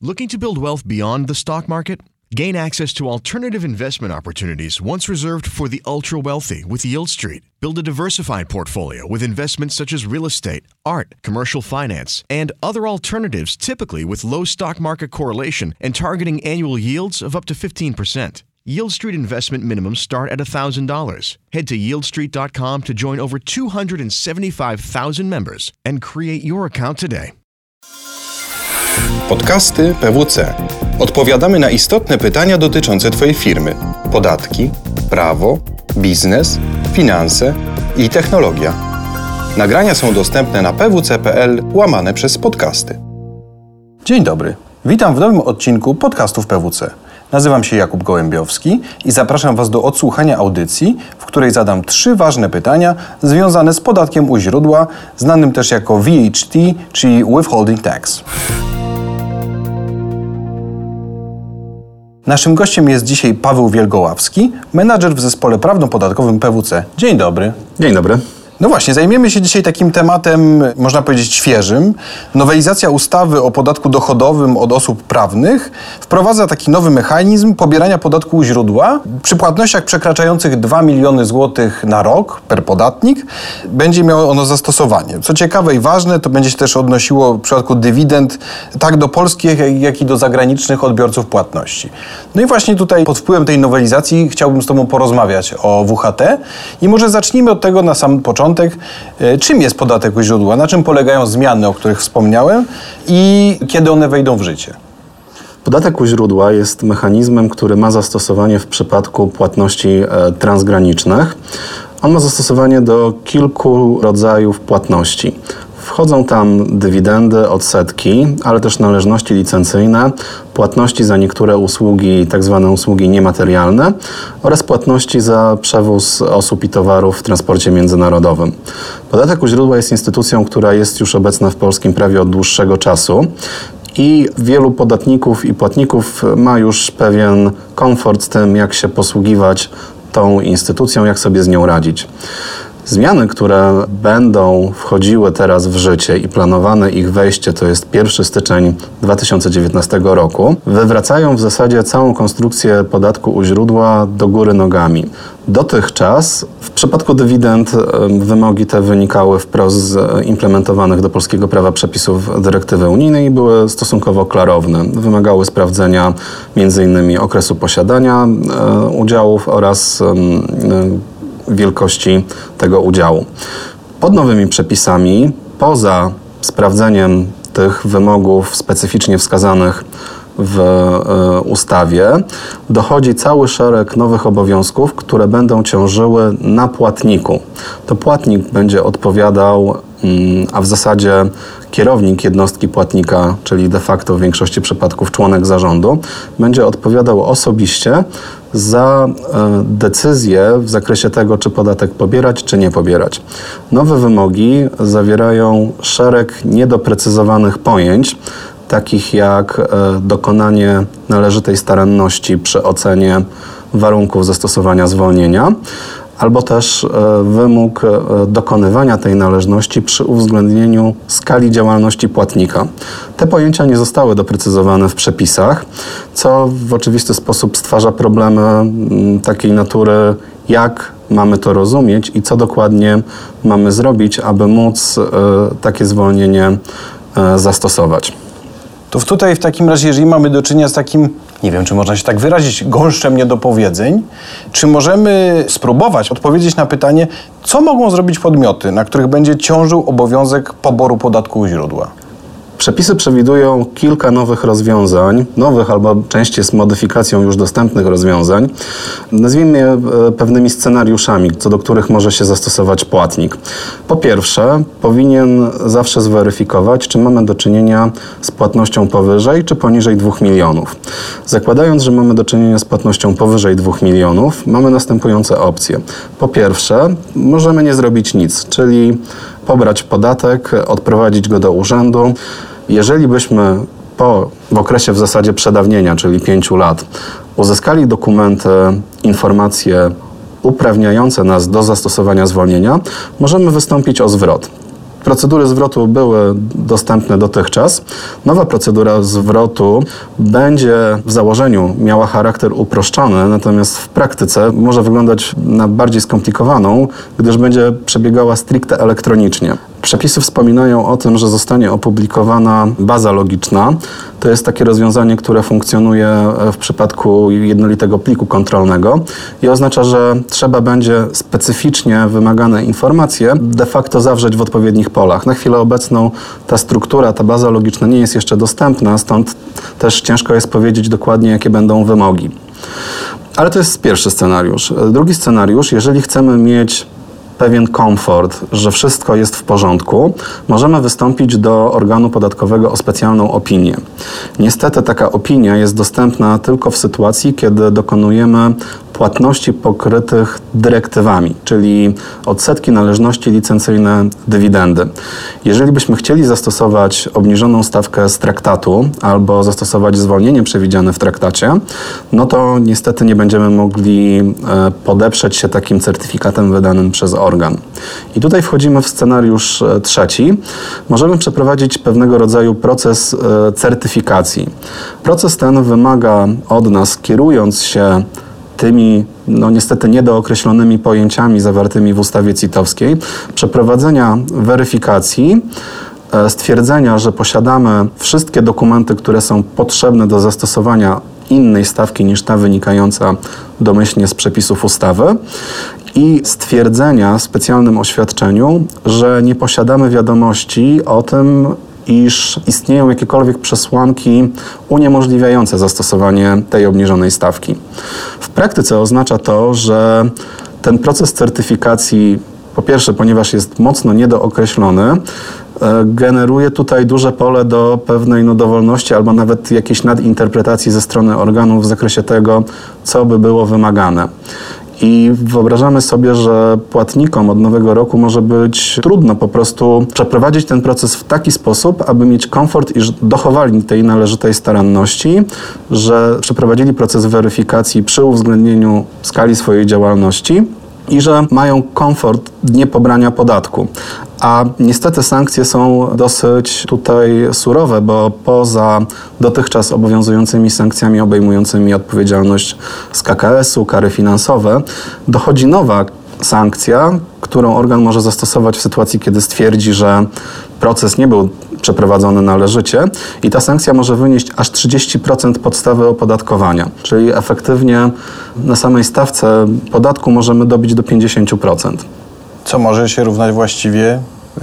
Looking to build wealth beyond the stock market? Gain access to alternative investment opportunities once reserved for the ultra-wealthy with Yield Street. Build a diversified portfolio with investments such as real estate, art, commercial finance, and other alternatives typically with low stock market correlation and targeting annual yields of up to 15%. Yield Street investment minimums start at $1,000. Head to yieldstreet.com to join over 275,000 members and create your account today. Podcasty PWC. Odpowiadamy na istotne pytania dotyczące Twojej firmy. Podatki, prawo, biznes, finanse i technologia. Nagrania są dostępne na pwc.pl/podcasty. Dzień dobry. Witam w nowym odcinku podcastów PWC. Nazywam się Jakub Gołębiowski i zapraszam Was do odsłuchania audycji, w której zadam 3 ważne pytania związane z podatkiem u źródła, znanym też jako VAT, czyli Withholding Tax. Naszym gościem jest dzisiaj Paweł Wielgołapski, menadżer w zespole prawno-podatkowym PWC. Dzień dobry. Dzień dobry. No właśnie, zajmiemy się dzisiaj takim tematem, można powiedzieć, świeżym. Nowelizacja ustawy o podatku dochodowym od osób prawnych wprowadza taki nowy mechanizm pobierania podatku u źródła. Przy płatnościach przekraczających 2 miliony złotych na rok per podatnik będzie miało ono zastosowanie. Co ciekawe i ważne, to będzie się też odnosiło w przypadku dywidend tak do polskich, jak i do zagranicznych odbiorców płatności. No i właśnie tutaj pod wpływem tej nowelizacji chciałbym z Tobą porozmawiać o WHT i może zacznijmy od tego na sam początek. Czym jest podatek u źródła? Na czym polegają zmiany, o których wspomniałem i kiedy one wejdą w życie? Podatek u źródła jest mechanizmem, który ma zastosowanie w przypadku płatności transgranicznych. On ma zastosowanie do kilku rodzajów płatności. Wchodzą tam dywidendy, odsetki, ale też należności licencyjne, płatności za niektóre usługi, tak zwane usługi niematerialne oraz płatności za przewóz osób i towarów w transporcie międzynarodowym. Podatek u źródła jest instytucją, która jest już obecna w polskim prawie od dłuższego czasu i wielu podatników i płatników ma już pewien komfort z tym, jak się posługiwać tą instytucją, jak sobie z nią radzić. Zmiany, które będą wchodziły teraz w życie i planowane ich wejście, to jest 1 styczeń 2019 roku, wywracają w zasadzie całą konstrukcję podatku u źródła do góry nogami. Dotychczas w przypadku dywidend wymogi te wynikały wprost z implementowanych do polskiego prawa przepisów dyrektywy unijnej i były stosunkowo klarowne. Wymagały sprawdzenia m.in. okresu posiadania udziałów oraz wielkości tego udziału. Pod nowymi przepisami, poza sprawdzeniem tych wymogów specyficznie wskazanych w ustawie, dochodzi cały szereg nowych obowiązków, które będą ciążyły na płatniku. To płatnik będzie odpowiadał, a w zasadzie kierownik jednostki płatnika, czyli de facto w większości przypadków członek zarządu, będzie odpowiadał osobiście za decyzję w zakresie tego, czy podatek pobierać, czy nie pobierać. Nowe wymogi zawierają szereg niedoprecyzowanych pojęć, takich jak dokonanie należytej staranności przy ocenie warunków zastosowania zwolnienia, albo też wymóg dokonywania tej należności przy uwzględnieniu skali działalności płatnika. Te pojęcia nie zostały doprecyzowane w przepisach, co w oczywisty sposób stwarza problemy takiej natury, jak mamy to rozumieć i co dokładnie mamy zrobić, aby móc takie zwolnienie zastosować. To tutaj w takim razie, jeżeli mamy do czynienia z takim, nie wiem, czy można się tak wyrazić, gąszczem niedopowiedzeń, czy możemy spróbować odpowiedzieć na pytanie, co mogą zrobić podmioty, na których będzie ciążył obowiązek poboru podatku u źródła? Przepisy przewidują kilka nowych rozwiązań, nowych albo częściej z modyfikacją już dostępnych rozwiązań. Nazwijmy je pewnymi scenariuszami, co do których może się zastosować płatnik. Po pierwsze, powinien zawsze zweryfikować, czy mamy do czynienia z płatnością powyżej czy poniżej 2 milionów. Zakładając, że mamy do czynienia z płatnością powyżej 2 milionów, mamy następujące opcje. Po pierwsze, możemy nie zrobić nic, czyli pobrać podatek, odprowadzić go do urzędu. Jeżeli byśmy w okresie w zasadzie przedawnienia, czyli 5 lat, uzyskali dokumenty, informacje uprawniające nas do zastosowania zwolnienia, możemy wystąpić o zwrot. procedury zwrotu były dostępne dotychczas, nowa procedura zwrotu będzie w założeniu miała charakter uproszczony, natomiast w praktyce może wyglądać na bardziej skomplikowaną, gdyż będzie przebiegała stricte elektronicznie. Przepisy wspominają o tym, że zostanie opublikowana baza logiczna. To jest takie rozwiązanie, które funkcjonuje w przypadku jednolitego pliku kontrolnego i oznacza, że trzeba będzie specyficznie wymagane informacje de facto zawrzeć w odpowiednich polach. Na chwilę obecną ta struktura, ta baza logiczna nie jest jeszcze dostępna, stąd też ciężko jest powiedzieć dokładnie, jakie będą wymogi. Ale to jest pierwszy scenariusz. Drugi scenariusz, jeżeli chcemy mieć pewien komfort, że wszystko jest w porządku, możemy wystąpić do organu podatkowego o specjalną opinię. Niestety taka opinia jest dostępna tylko w sytuacji, kiedy dokonujemy płatności pokrytych dyrektywami, czyli odsetki, należności licencyjne, dywidendy. Jeżeli byśmy chcieli zastosować obniżoną stawkę z traktatu albo zastosować zwolnienie przewidziane w traktacie, no to niestety nie będziemy mogli podeprzeć się takim certyfikatem wydanym przez organ. I tutaj wchodzimy w scenariusz trzeci. Możemy przeprowadzić pewnego rodzaju proces certyfikacji. Proces ten wymaga od nas, kierując się tymi niestety niedookreślonymi pojęciami zawartymi w ustawie CIT-owskiej, przeprowadzenia weryfikacji, stwierdzenia, że posiadamy wszystkie dokumenty, które są potrzebne do zastosowania innej stawki niż ta wynikająca domyślnie z przepisów ustawy i stwierdzenia w specjalnym oświadczeniu, że nie posiadamy wiadomości o tym, iż istnieją jakiekolwiek przesłanki uniemożliwiające zastosowanie tej obniżonej stawki. W praktyce oznacza to, że ten proces certyfikacji, po pierwsze, ponieważ jest mocno niedookreślony, generuje tutaj duże pole do pewnej dowolności albo nawet jakiejś nadinterpretacji ze strony organów w zakresie tego, co by było wymagane. I wyobrażamy sobie, że płatnikom od nowego roku może być trudno po prostu przeprowadzić ten proces w taki sposób, aby mieć komfort, iż dochowali tej należytej staranności, że przeprowadzili proces weryfikacji przy uwzględnieniu skali swojej działalności i że mają komfort niepobrania podatku. A niestety sankcje są dosyć tutaj surowe, bo poza dotychczas obowiązującymi sankcjami obejmującymi odpowiedzialność z KKS-u, kary finansowe, dochodzi nowa sankcja, którą organ może zastosować w sytuacji, kiedy stwierdzi, że proces nie był przeprowadzony należycie i ta sankcja może wynieść aż 30% podstawy opodatkowania, czyli efektywnie na samej stawce podatku możemy dobić do 50%. Co może się równać właściwie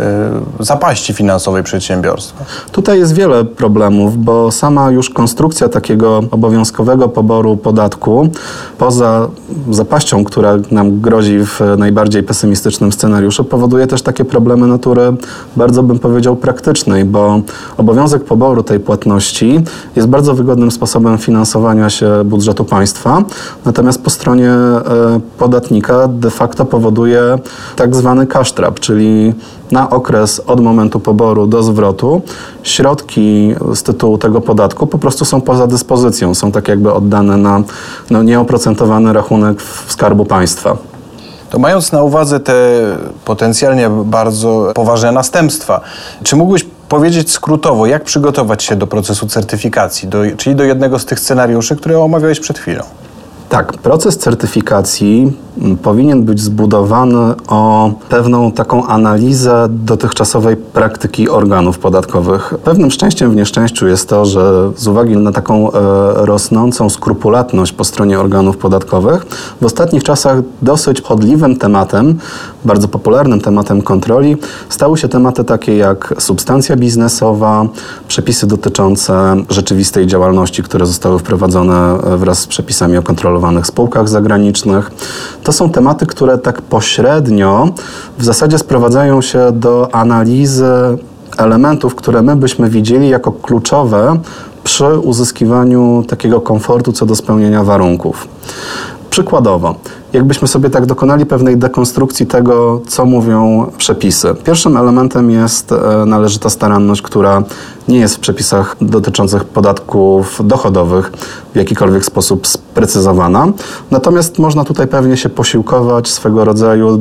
zapaści finansowej przedsiębiorstwa. Tutaj jest wiele problemów, bo sama już konstrukcja takiego obowiązkowego poboru podatku, poza zapaścią, która nam grozi w najbardziej pesymistycznym scenariuszu, powoduje też takie problemy natury, bardzo bym powiedział, praktycznej, bo obowiązek poboru tej płatności jest bardzo wygodnym sposobem finansowania się budżetu państwa, natomiast po stronie podatnika de facto powoduje tak zwany cash trap, czyli na okres od momentu poboru do zwrotu środki z tytułu tego podatku po prostu są poza dyspozycją, są tak jakby oddane na nieoprocentowany rachunek w Skarbu Państwa. To mając na uwadze te potencjalnie bardzo poważne następstwa, czy mógłbyś powiedzieć skrótowo, jak przygotować się do procesu certyfikacji, czyli do jednego z tych scenariuszy, które omawiałeś przed chwilą? Tak, proces certyfikacji powinien być zbudowany o pewną taką analizę dotychczasowej praktyki organów podatkowych. Pewnym szczęściem w nieszczęściu jest to, że z uwagi na taką rosnącą skrupulatność po stronie organów podatkowych, w ostatnich czasach dosyć chodliwym tematem, bardzo popularnym tematem kontroli stały się tematy takie jak substancja biznesowa, przepisy dotyczące rzeczywistej działalności, które zostały wprowadzone wraz z przepisami o kontrolowanych spółkach zagranicznych. To są tematy, które tak pośrednio w zasadzie sprowadzają się do analizy elementów, które my byśmy widzieli jako kluczowe przy uzyskiwaniu takiego komfortu co do spełnienia warunków. Przykładowo, jakbyśmy sobie tak dokonali pewnej dekonstrukcji tego, co mówią przepisy. Pierwszym elementem jest należyta staranność, która nie jest w przepisach dotyczących podatków dochodowych w jakikolwiek sposób sprecyzowana. Natomiast można tutaj pewnie się posiłkować swego rodzaju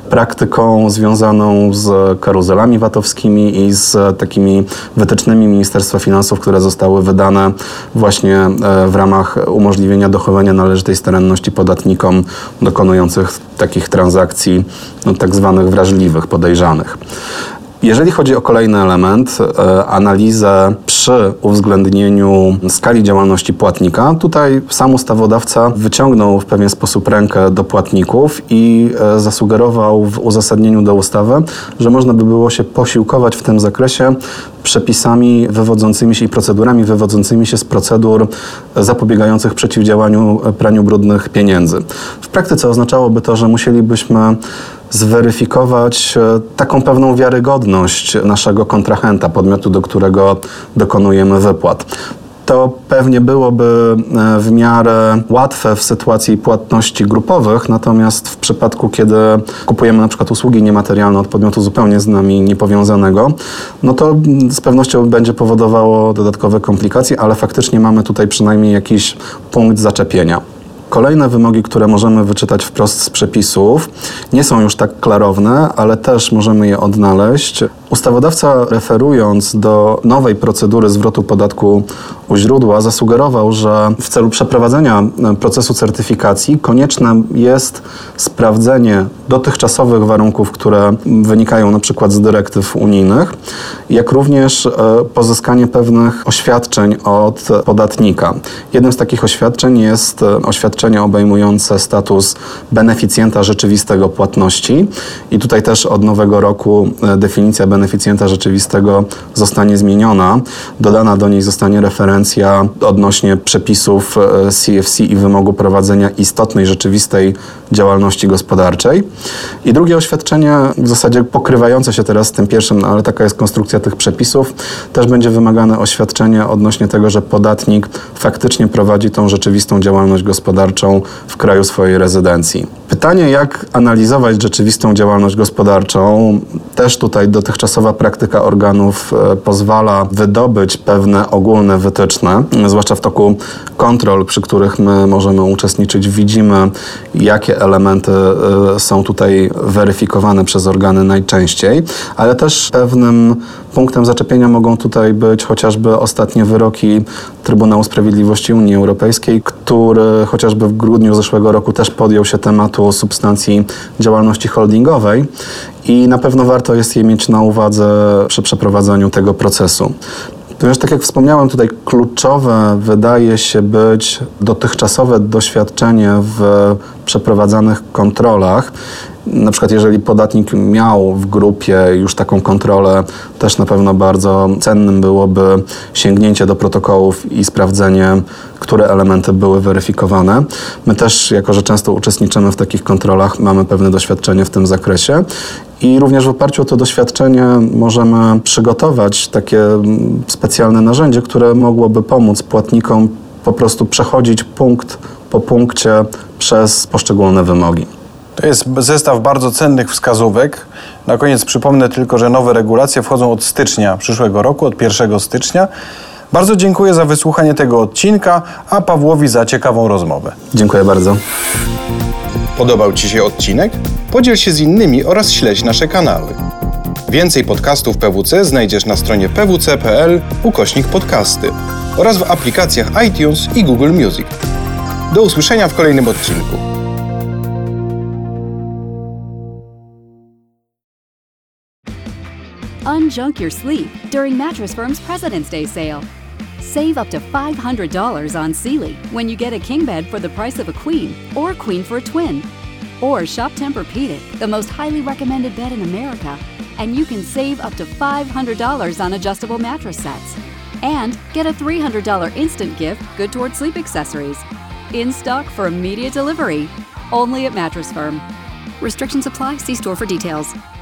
praktyką związaną z karuzelami VAT-owskimi i z takimi wytycznymi Ministerstwa Finansów, które zostały wydane właśnie w ramach umożliwienia dochowania należytej staranności podatnikom dokonujących takich transakcji tak zwanych wrażliwych, podejrzanych. Jeżeli chodzi o kolejny element, analizę przy uwzględnieniu skali działalności płatnika, tutaj sam ustawodawca wyciągnął w pewien sposób rękę do płatników i zasugerował w uzasadnieniu do ustawy, że można by było się posiłkować w tym zakresie przepisami wywodzącymi się i procedurami wywodzącymi się z procedur zapobiegających przeciwdziałaniu praniu brudnych pieniędzy. W praktyce oznaczałoby to, że musielibyśmy zweryfikować taką pewną wiarygodność naszego kontrahenta, podmiotu, do którego dokonujemy wypłat. To pewnie byłoby w miarę łatwe w sytuacji płatności grupowych, natomiast w przypadku, kiedy kupujemy na przykład usługi niematerialne od podmiotu zupełnie z nami niepowiązanego, no to z pewnością będzie powodowało dodatkowe komplikacje, ale faktycznie mamy tutaj przynajmniej jakiś punkt zaczepienia. Kolejne wymogi, które możemy wyczytać wprost z przepisów, nie są już tak klarowne, ale też możemy je odnaleźć. Ustawodawca, referując do nowej procedury zwrotu podatku u źródła, zasugerował, że w celu przeprowadzenia procesu certyfikacji konieczne jest sprawdzenie dotychczasowych warunków, które wynikają na przykład z dyrektyw unijnych, jak również pozyskanie pewnych oświadczeń od podatnika. Jednym z takich oświadczeń jest oświadczenie obejmujące status beneficjenta rzeczywistego płatności i tutaj też od nowego roku definicja beneficjenta rzeczywistego zostanie zmieniona. Dodana do niej zostanie referencja odnośnie przepisów CFC i wymogu prowadzenia istotnej, rzeczywistej działalności gospodarczej. I drugie oświadczenie, w zasadzie pokrywające się teraz z tym pierwszym, ale taka jest konstrukcja tych przepisów, też będzie wymagane oświadczenie odnośnie tego, że podatnik faktycznie prowadzi tą rzeczywistą działalność gospodarczą w kraju swojej rezydencji. Pytanie, jak analizować rzeczywistą działalność gospodarczą, też tutaj dotychczasowa praktyka organów pozwala wydobyć pewne ogólne wytyczne, zwłaszcza w toku kontrol, przy których my możemy uczestniczyć, widzimy, jakie elementy są tutaj weryfikowane przez organy najczęściej, ale też pewnym punktem zaczepienia mogą tutaj być chociażby ostatnie wyroki Trybunału Sprawiedliwości Unii Europejskiej, który chociażby w grudniu zeszłego roku też podjął się tematu substancji działalności holdingowej i na pewno warto jest je mieć na uwadze przy przeprowadzaniu tego procesu. Ponieważ, tak jak wspomniałem, tutaj kluczowe wydaje się być dotychczasowe doświadczenie w przeprowadzanych kontrolach. Na przykład jeżeli podatnik miał w grupie już taką kontrolę, też na pewno bardzo cennym byłoby sięgnięcie do protokołów i sprawdzenie, które elementy były weryfikowane. My też, jako że często uczestniczymy w takich kontrolach, mamy pewne doświadczenie w tym zakresie i również w oparciu o to doświadczenie możemy przygotować takie specjalne narzędzie, które mogłoby pomóc płatnikom po prostu przechodzić punkt po punkcie przez poszczególne wymogi. To jest zestaw bardzo cennych wskazówek. Na koniec przypomnę tylko, że nowe regulacje wchodzą od stycznia przyszłego roku, od 1 stycznia. Bardzo dziękuję za wysłuchanie tego odcinka, a Pawłowi za ciekawą rozmowę. Dziękuję bardzo. Podobał Ci się odcinek? Podziel się z innymi oraz śledź nasze kanały. Więcej podcastów PWC znajdziesz na stronie pwc.pl/podcasty oraz w aplikacjach iTunes i Google Music. Do usłyszenia w kolejnym odcinku. Unjunk your sleep during Mattress Firm's President's Day sale. Save up to $500 on Sealy when you get a king bed for the price of a queen or queen for a twin. Or shop Tempur-Pedic, the most highly recommended bed in America, and you can save up to $500 on adjustable mattress sets. And get a $300 instant gift good towards sleep accessories. In stock for immediate delivery. Only at Mattress Firm. Restrictions apply. See store for details.